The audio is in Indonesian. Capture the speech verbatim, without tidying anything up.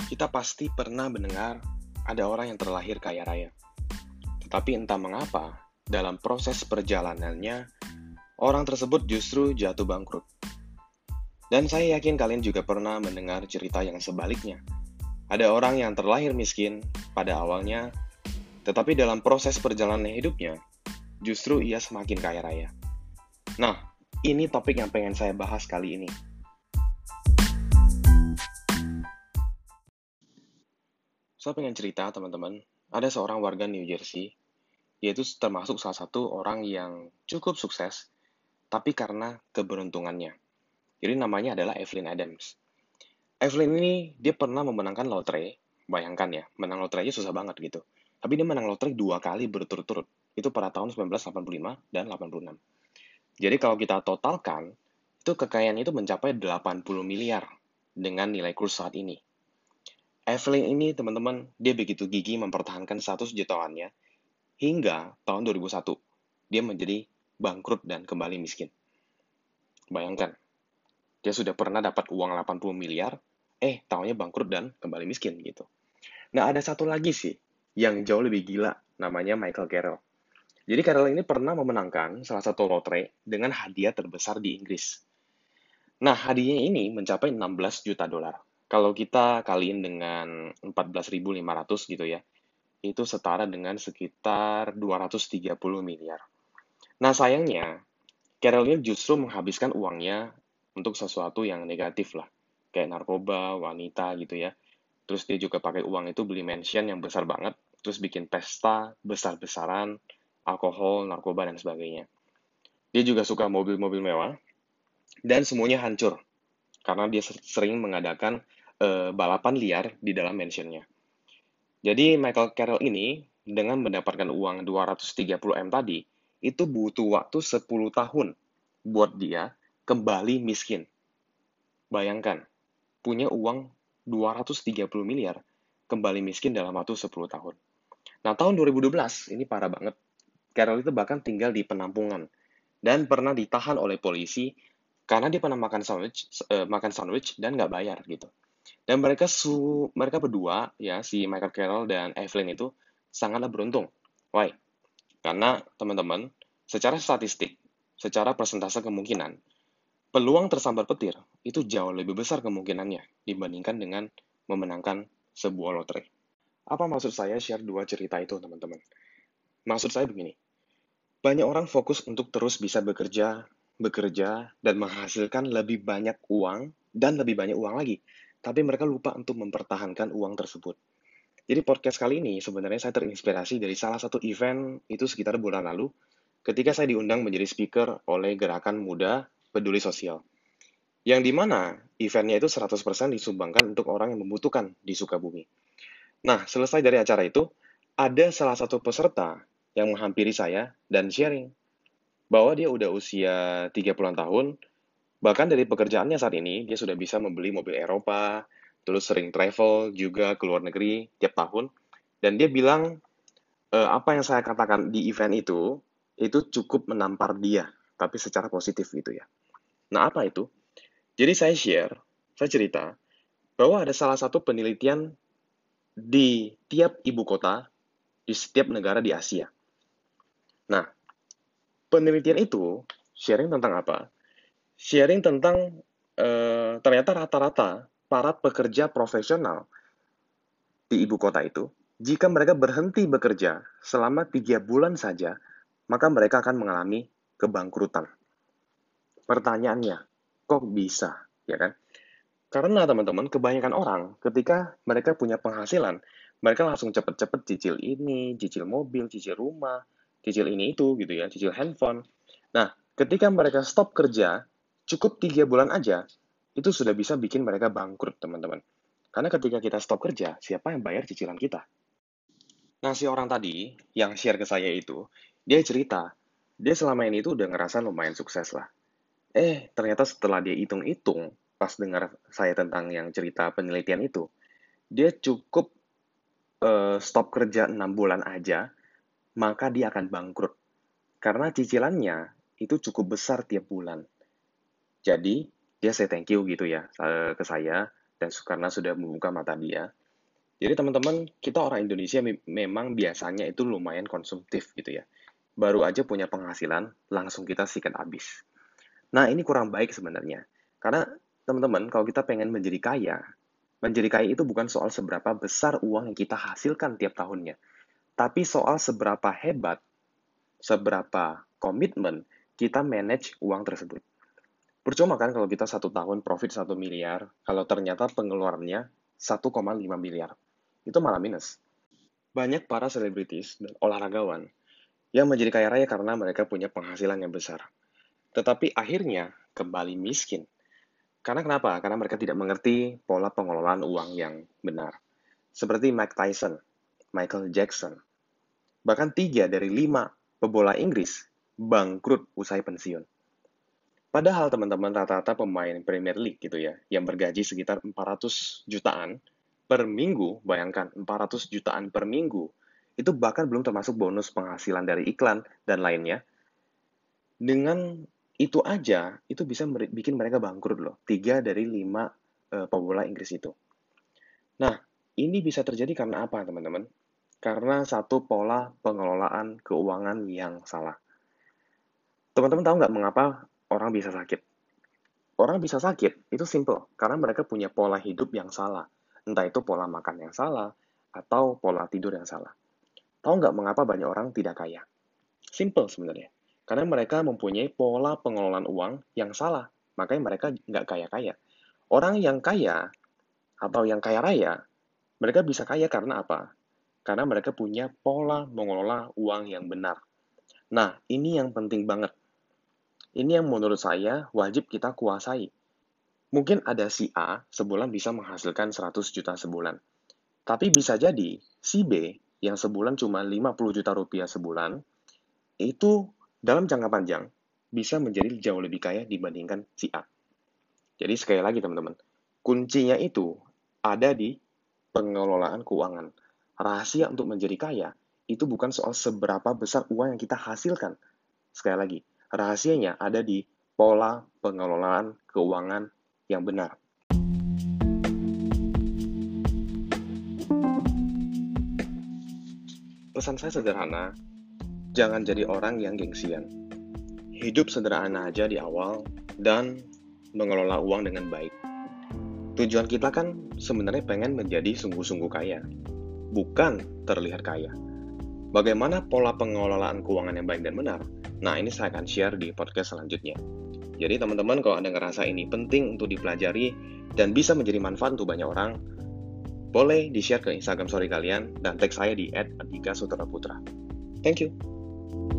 Kita pasti pernah mendengar ada orang yang terlahir kaya raya. Tetapi entah mengapa, dalam proses perjalanannya, orang tersebut justru jatuh bangkrut. Dan saya yakin kalian juga pernah mendengar cerita yang sebaliknya. Ada orang yang terlahir miskin pada awalnya, tetapi dalam proses perjalanan hidupnya, justru ia semakin kaya raya. Nah, ini topik yang pengen saya bahas kali ini. Saya pengen cerita, teman-teman. Ada seorang warga New Jersey, yaitu termasuk salah satu orang yang cukup sukses, tapi karena keberuntungannya. Jadi namanya adalah Evelyn Adams. Evelyn ini, dia pernah memenangkan lotre. Bayangkan ya, menang lotre aja susah banget gitu. Tapi dia menang lotre dua kali berturut-turut. Itu pada tahun sembilan belas delapan puluh lima dan delapan puluh enam. Jadi kalau kita totalkan, itu kekayaan itu mencapai delapan puluh miliar dengan nilai kurs saat ini. Evelyn ini, teman-teman, dia begitu gigih mempertahankan status jutawan hingga tahun dua ribu satu. Dia menjadi bangkrut dan kembali miskin. Bayangkan, dia sudah pernah dapat uang delapan puluh miliar, eh tahunnya bangkrut dan kembali miskin gitu. Nah, ada satu lagi sih yang jauh lebih gila, namanya Michael Carroll. Jadi Carroll ini pernah memenangkan salah satu lotre dengan hadiah terbesar di Inggris. Nah, hadiahnya ini mencapai enam belas juta dolar. Kalau kita kaliin dengan empat belas ribu lima ratus gitu ya, itu setara dengan sekitar dua ratus tiga puluh miliar. Nah, sayangnya, Carroll ini justru menghabiskan uangnya untuk sesuatu yang negatif lah. Kayak narkoba, wanita gitu ya. Terus dia juga pakai uang itu beli mansion yang besar banget. Terus bikin pesta besar-besaran, alkohol, narkoba, dan sebagainya. Dia juga suka mobil-mobil mewah. Dan semuanya hancur. Karena dia sering mengadakan eh, balapan liar di dalam mansionnya. Jadi Michael Carroll ini, dengan mendapatkan uang dua ratus tiga puluh M tadi, itu butuh waktu sepuluh tahun buat dia kembali miskin. Bayangkan, punya uang dua ratus tiga puluh miliar, kembali miskin dalam waktu sepuluh tahun. Nah, tahun dua ribu dua belas, ini parah banget. Carol itu bahkan tinggal di penampungan dan pernah ditahan oleh polisi karena dia pernah makan sandwich, eh, makan sandwich dan nggak bayar gitu. Dan mereka su mereka berdua ya si Michael Carroll dan Evelyn itu sangatlah beruntung. Why? Karena teman-teman, secara statistik, secara persentase kemungkinan, peluang tersambar petir itu jauh lebih besar kemungkinannya dibandingkan dengan memenangkan sebuah lotre. Apa maksud saya share dua cerita itu, teman-teman? Maksud saya begini, banyak orang fokus untuk terus bisa bekerja, bekerja, dan menghasilkan lebih banyak uang dan lebih banyak uang lagi. Tapi mereka lupa untuk mempertahankan uang tersebut. Jadi podcast kali ini sebenarnya saya terinspirasi dari salah satu event itu sekitar bulan lalu ketika saya diundang menjadi speaker oleh Gerakan Muda Peduli Sosial. Yang dimana eventnya itu seratus persen disumbangkan untuk orang yang membutuhkan di Sukabumi. Nah, selesai dari acara itu, ada salah satu peserta yang menghampiri saya dan sharing bahwa dia udah usia tiga puluh tahun, bahkan dari pekerjaannya saat ini, dia sudah bisa membeli mobil Eropa, terus sering travel juga ke luar negeri tiap tahun, dan dia bilang, e, apa yang saya katakan di event itu, itu cukup menampar dia, tapi secara positif gitu ya. Nah, apa itu? Jadi saya share, saya cerita, bahwa ada salah satu penelitian di tiap ibu kota, di setiap negara di Asia. Nah, penelitian itu sharing tentang apa? Sharing tentang eh, ternyata rata-rata para pekerja profesional di ibu kota itu, jika mereka berhenti bekerja selama tiga bulan saja, maka mereka akan mengalami kebangkrutan. Pertanyaannya, kok bisa? Ya kan? Karena teman-teman, kebanyakan orang ketika mereka punya penghasilan, mereka langsung cepet-cepet cicil ini, cicil mobil, cicil rumah, cicil ini itu gitu ya, cicil handphone. Nah, ketika mereka stop kerja, cukup tiga bulan aja, itu sudah bisa bikin mereka bangkrut, teman-teman. Karena ketika kita stop kerja, siapa yang bayar cicilan kita? Nah, si orang tadi yang share ke saya itu, dia cerita, dia selama ini tuh udah ngerasa lumayan sukses lah. Eh, ternyata setelah dia hitung-hitung, pas dengar saya tentang yang cerita penelitian itu, dia cukup eh, stop kerja enam bulan aja, maka dia akan bangkrut. Karena cicilannya itu cukup besar tiap bulan. Jadi, dia say thank you gitu ya eh, ke saya. dan karena sudah membuka mata dia. Jadi teman-teman, kita orang Indonesia me- memang biasanya itu lumayan konsumtif gitu ya. Baru aja punya penghasilan, langsung kita sikat habis. Nah, ini kurang baik sebenarnya. Karena teman-teman, kalau kita pengen menjadi kaya, menjadi kaya itu bukan soal seberapa besar uang yang kita hasilkan tiap tahunnya, tapi soal seberapa hebat, seberapa komitmen kita manage uang tersebut. Percuma kan kalau kita satu tahun profit satu miliar, kalau ternyata pengeluarannya satu koma lima miliar. Itu malah minus. Banyak para selebritis dan olahragawan yang menjadi kaya raya karena mereka punya penghasilan yang besar. Tetapi akhirnya kembali miskin. Karena kenapa? Karena mereka tidak mengerti pola pengelolaan uang yang benar. Seperti Mike Tyson, Michael Jackson. Bahkan tiga dari lima pebola Inggris bangkrut usai pensiun. Padahal teman-teman rata-rata pemain Premier League gitu ya, yang bergaji sekitar empat ratus jutaan per minggu, bayangkan empat ratus jutaan per minggu, itu bahkan belum termasuk bonus penghasilan dari iklan dan lainnya. Dengan itu aja, itu bisa bikin mereka bangkrut loh, tiga dari lima uh, pebola Inggris itu. Nah, ini bisa terjadi karena apa teman-teman? Karena satu pola pengelolaan keuangan yang salah. Teman-teman tahu nggak mengapa orang bisa sakit? Orang bisa sakit, itu simple, karena mereka punya pola hidup yang salah. Entah itu pola makan yang salah, atau pola tidur yang salah. Tahu nggak mengapa banyak orang tidak kaya? Simple sebenarnya. Karena mereka mempunyai pola pengelolaan uang yang salah. Makanya mereka nggak kaya-kaya. Orang yang kaya, atau yang kaya raya, mereka bisa kaya karena apa? Karena mereka punya pola mengelola uang yang benar. Nah, ini yang penting banget. Ini yang menurut saya wajib kita kuasai. Mungkin ada si A sebulan bisa menghasilkan seratus juta sebulan. Tapi bisa jadi si B yang sebulan cuma lima puluh juta rupiah sebulan, itu dalam jangka panjang bisa menjadi jauh lebih kaya dibandingkan si A. Jadi sekali lagi teman-teman, kuncinya itu ada di pengelolaan keuangan. Rahasia untuk menjadi kaya itu bukan soal seberapa besar uang yang kita hasilkan. Sekali lagi, rahasianya ada di pola pengelolaan keuangan yang benar. Pesan saya sederhana, jangan jadi orang yang gengsian. Hidup sederhana aja di awal dan mengelola uang dengan baik. Tujuan kita kan sebenarnya pengen menjadi sungguh-sungguh kaya, bukan terlihat kaya. Bagaimana pola pengelolaan keuangan yang baik dan benar? Nah, ini saya akan share di podcast selanjutnya. Jadi teman-teman kalau Anda ngerasa ini penting untuk dipelajari dan bisa menjadi manfaat untuk banyak orang, boleh di-share ke Instagram story kalian dan tag saya di et andika sutraputra. Thank you.